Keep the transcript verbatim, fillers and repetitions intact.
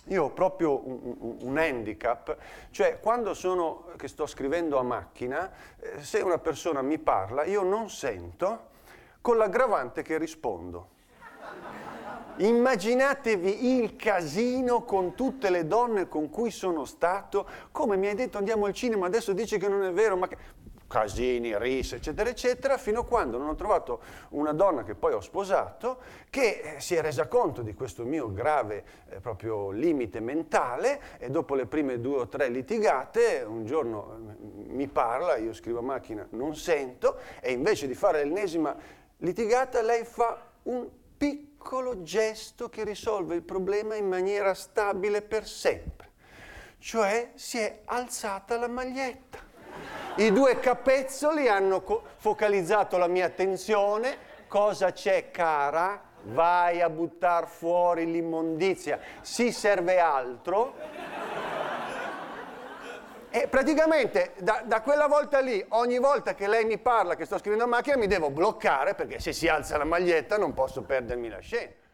Io ho proprio un, un, un handicap, cioè quando sono, che sto scrivendo a macchina, eh, se una persona mi parla, io non sento, con l'aggravante che rispondo. Immaginatevi il casino con tutte le donne con cui sono stato, come mi hai detto andiamo al cinema, adesso dici che non è vero, ma che... casini, risse, eccetera, eccetera, fino a quando non ho trovato una donna che poi ho sposato, che si è resa conto di questo mio grave eh, proprio limite mentale, e dopo le prime due o tre litigate, un giorno mi parla, io scrivo a macchina, non sento, e invece di fare l'ennesima litigata, lei fa un piccolo gesto che risolve il problema in maniera stabile per sempre, cioè si è alzata la maglietta. I due capezzoli hanno focalizzato la mia attenzione. Cosa c'è, cara? Vai a buttar fuori l'immondizia. Si serve altro? E praticamente da, da quella volta lì, ogni volta che lei mi parla che sto scrivendo a macchina, mi devo bloccare, perché se si alza la maglietta non posso perdermi la scena.